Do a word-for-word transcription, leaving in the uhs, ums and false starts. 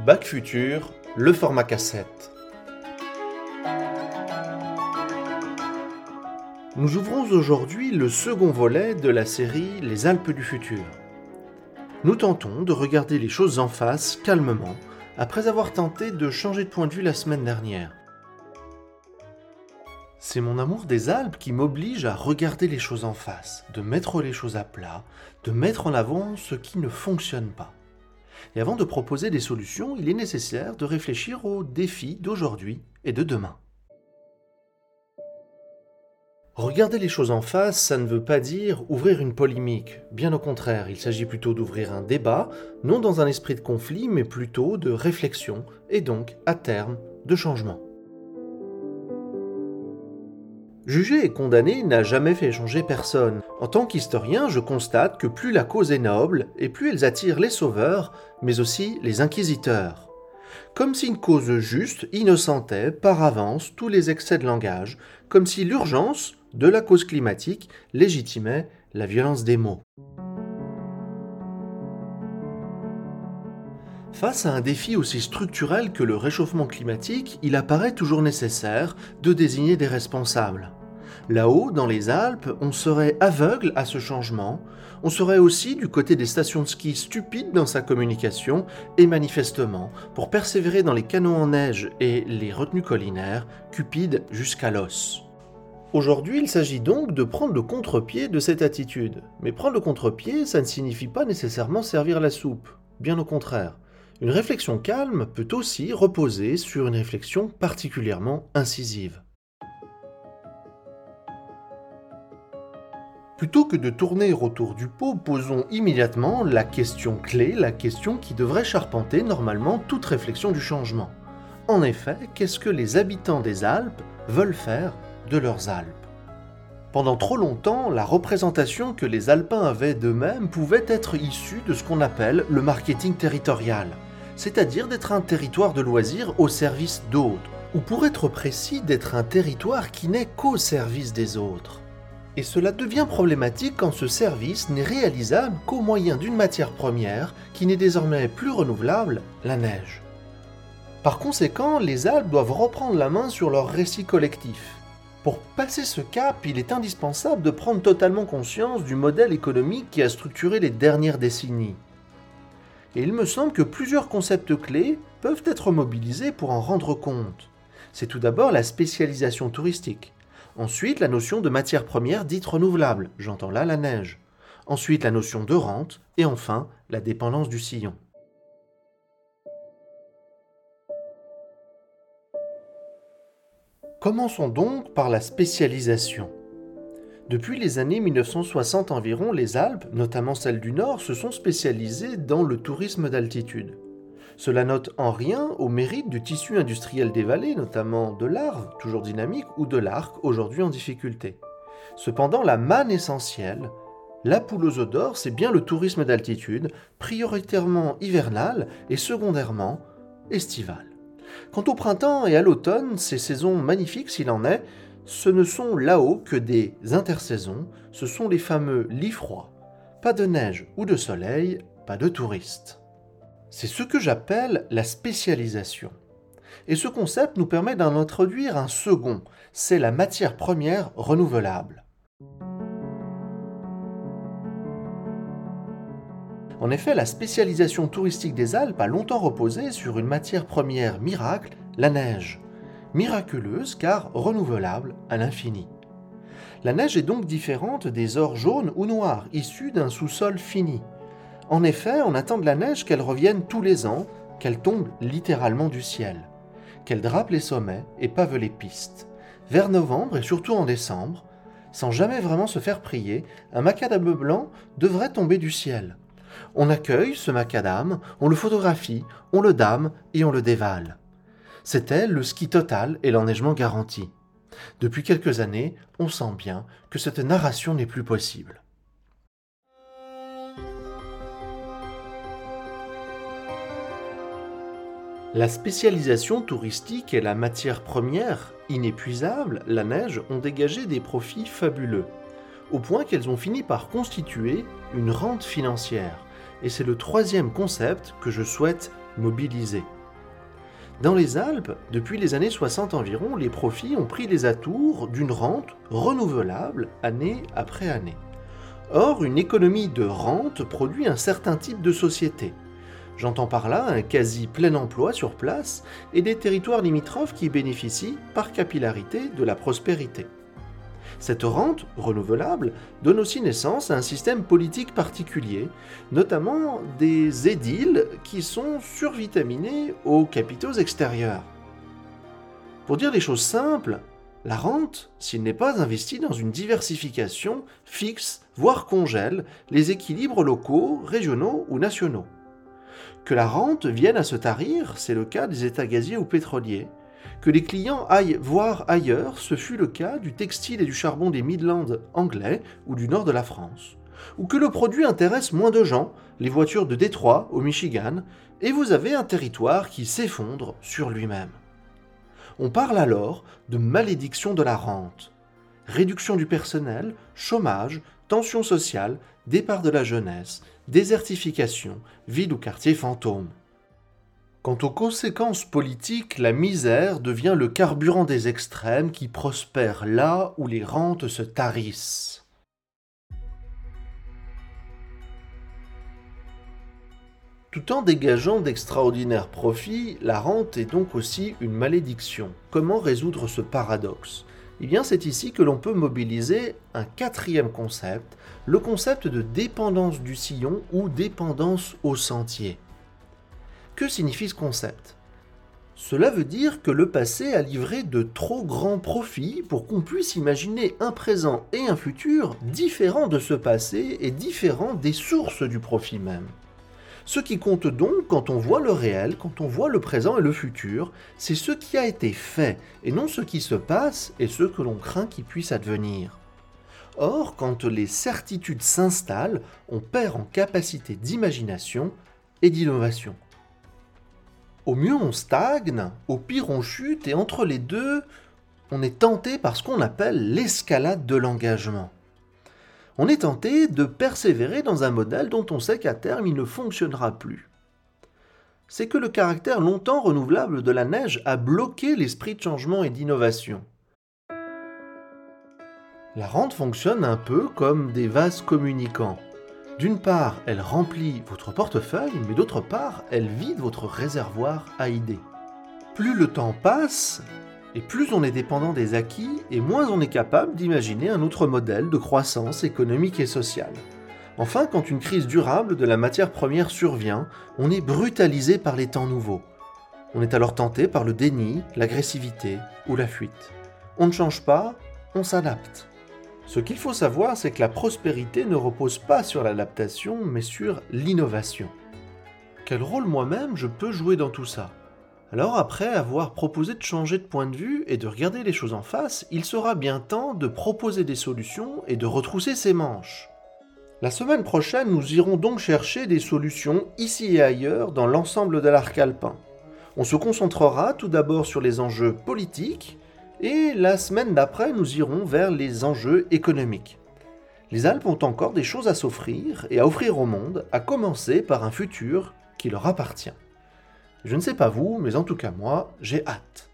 Bac Futur, le format cassette. Nous ouvrons aujourd'hui le second volet de la série Les Alpes du futur. Nous tentons de regarder les choses en face, calmement, après avoir tenté de changer de point de vue la semaine dernière. C'est mon amour des Alpes qui m'oblige à regarder les choses en face, de mettre les choses à plat, de mettre en avant ce qui ne fonctionne pas. Et avant de proposer des solutions, il est nécessaire de réfléchir aux défis d'aujourd'hui et de demain. Regarder les choses en face, ça ne veut pas dire ouvrir une polémique. Bien au contraire, il s'agit plutôt d'ouvrir un débat, non dans un esprit de conflit, mais plutôt de réflexion, et donc, à terme, de changement. Juger et condamner n'a jamais fait changer personne. En tant qu'historien, je constate que plus la cause est noble, et plus elle attire les sauveurs, mais aussi les inquisiteurs. Comme si une cause juste innocentait par avance tous les excès de langage, comme si l'urgence de la cause climatique légitimait la violence des mots. Face à un défi aussi structurel que le réchauffement climatique, il apparaît toujours nécessaire de désigner des responsables. Là-haut, dans les Alpes, on serait aveugle à ce changement, on serait aussi du côté des stations de ski stupides dans sa communication et manifestement, pour persévérer dans les canons en neige et les retenues collinaires, cupide jusqu'à l'os. Aujourd'hui, il s'agit donc de prendre le contre-pied de cette attitude. Mais prendre le contre-pied, ça ne signifie pas nécessairement servir la soupe, bien au contraire. Une réflexion calme peut aussi reposer sur une réflexion particulièrement incisive. Plutôt que de tourner autour du pot, posons immédiatement la question clé, la question qui devrait charpenter normalement toute réflexion du changement. En effet, qu'est-ce que les habitants des Alpes veulent faire de leurs Alpes ? Pendant trop longtemps, la représentation que les Alpins avaient d'eux-mêmes pouvait être issue de ce qu'on appelle le marketing territorial, c'est-à-dire d'être un territoire de loisirs au service d'autres, ou pour être précis, d'être un territoire qui n'est qu'au service des autres. Et cela devient problématique quand ce service n'est réalisable qu'au moyen d'une matière première qui n'est désormais plus renouvelable, la neige. Par conséquent, les Alpes doivent reprendre la main sur leur récit collectif. Pour passer ce cap, il est indispensable de prendre totalement conscience du modèle économique qui a structuré les dernières décennies. Et il me semble que plusieurs concepts clés peuvent être mobilisés pour en rendre compte. C'est tout d'abord la spécialisation touristique. Ensuite, la notion de matière première dite renouvelable, j'entends là la neige. Ensuite, la notion de rente, et enfin, la dépendance du sillon. Commençons donc par la spécialisation. Depuis les années mille neuf cent soixante environ, les Alpes, notamment celles du Nord, se sont spécialisées dans le tourisme d'altitude. Cela n'ôte en rien au mérite du tissu industriel des vallées, notamment de l'Arve, toujours dynamique, ou de l'Arc, aujourd'hui en difficulté. Cependant, la manne essentielle, la poule aux œufs d'or, c'est bien le tourisme d'altitude, prioritairement hivernal et secondairement estival. Quant au printemps et à l'automne, ces saisons magnifiques s'il en est, ce ne sont là-haut que des intersaisons, ce sont les fameux lits froids. Pas de neige ou de soleil, pas de touristes. C'est ce que j'appelle la spécialisation. Et ce concept nous permet d'en introduire un second, c'est la matière première renouvelable. En effet, la spécialisation touristique des Alpes a longtemps reposé sur une matière première miracle, la neige. Miraculeuse car renouvelable à l'infini. La neige est donc différente des ores jaunes ou noirs, issus d'un sous-sol fini. En effet, on attend de la neige qu'elle revienne tous les ans, qu'elle tombe littéralement du ciel, qu'elle drape les sommets et pave les pistes. Vers novembre et surtout en décembre, sans jamais vraiment se faire prier, un macadam blanc devrait tomber du ciel. On accueille ce macadam, on le photographie, on le dame et on le dévale. C'était le ski total et l'enneigement garanti. Depuis quelques années, on sent bien que cette narration n'est plus possible. La spécialisation touristique et la matière première, inépuisable, la neige, ont dégagé des profits fabuleux, au point qu'elles ont fini par constituer une rente financière. Et c'est le troisième concept que je souhaite mobilisés. Dans les Alpes, depuis les années soixante environ, les profits ont pris les atours d'une rente renouvelable année après année. Or, une économie de rente produit un certain type de société. J'entends par là un quasi plein emploi sur place et des territoires limitrophes qui bénéficient, par capillarité, de la prospérité. Cette rente renouvelable donne aussi naissance à un système politique particulier, notamment des édiles qui sont survitaminés aux capitaux extérieurs. Pour dire les choses simples, la rente, s'il n'est pas investi dans une diversification, fixe, voire congèle, les équilibres locaux, régionaux ou nationaux. Que la rente vienne à se tarir, c'est le cas des États gaziers ou pétroliers. Que les clients aillent voir ailleurs, ce fut le cas du textile et du charbon des Midlands anglais ou du nord de la France. Ou que le produit intéresse moins de gens, les voitures de Détroit au Michigan, et vous avez un territoire qui s'effondre sur lui-même. On parle alors de malédiction de la rente. Réduction du personnel, chômage, tension sociale, départ de la jeunesse, désertification, ville ou quartier fantôme. Quant aux conséquences politiques, la misère devient le carburant des extrêmes qui prospèrent là où les rentes se tarissent. Tout en dégageant d'extraordinaires profits, la rente est donc aussi une malédiction. Comment résoudre ce paradoxe ? Eh bien, c'est ici que l'on peut mobiliser un quatrième concept, le concept de dépendance du sillon ou dépendance au sentier. Que signifie ce concept ? Cela veut dire que le passé a livré de trop grands profits pour qu'on puisse imaginer un présent et un futur différents de ce passé et différents des sources du profit même. Ce qui compte donc quand on voit le réel, quand on voit le présent et le futur, c'est ce qui a été fait et non ce qui se passe et ce que l'on craint qu'il puisse advenir. Or, quand les certitudes s'installent, on perd en capacité d'imagination et d'innovation. Au mieux on stagne, au pire on chute et entre les deux, on est tenté par ce qu'on appelle l'escalade de l'engagement. On est tenté de persévérer dans un modèle dont on sait qu'à terme il ne fonctionnera plus. C'est que le caractère longtemps renouvelable de la neige a bloqué l'esprit de changement et d'innovation. La rente fonctionne un peu comme des vases communicants. D'une part, elle remplit votre portefeuille, mais d'autre part, elle vide votre réservoir à idées. Plus le temps passe, et plus on est dépendant des acquis, et moins on est capable d'imaginer un autre modèle de croissance économique et sociale. Enfin, quand une crise durable de la matière première survient, on est brutalisé par les temps nouveaux. On est alors tenté par le déni, l'agressivité ou la fuite. On ne change pas, on s'adapte. Ce qu'il faut savoir, c'est que la prospérité ne repose pas sur l'adaptation, mais sur l'innovation. Quel rôle moi-même je peux jouer dans tout ça ? Alors après avoir proposé de changer de point de vue et de regarder les choses en face, il sera bien temps de proposer des solutions et de retrousser ses manches. La semaine prochaine, nous irons donc chercher des solutions ici et ailleurs dans l'ensemble de l'arc alpin. On se concentrera tout d'abord sur les enjeux politiques, et la semaine d'après, nous irons vers les enjeux économiques. Les Alpes ont encore des choses à s'offrir et à offrir au monde, à commencer par un futur qui leur appartient. Je ne sais pas vous, mais en tout cas moi, j'ai hâte.